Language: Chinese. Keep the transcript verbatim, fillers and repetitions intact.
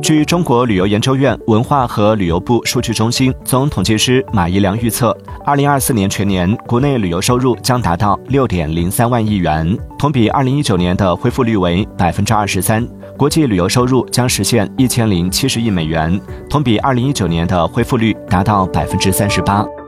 据中国旅游研究院文化和旅游部数据中心总统计师马宜良预测，二零二四年全年国内旅游收入将达到六点零三万亿元，同比二零一九年的恢复率为百分之二十三。国际旅游收入将实现一千零七十亿美元，同比二零一九年的恢复率达到百分之三十八。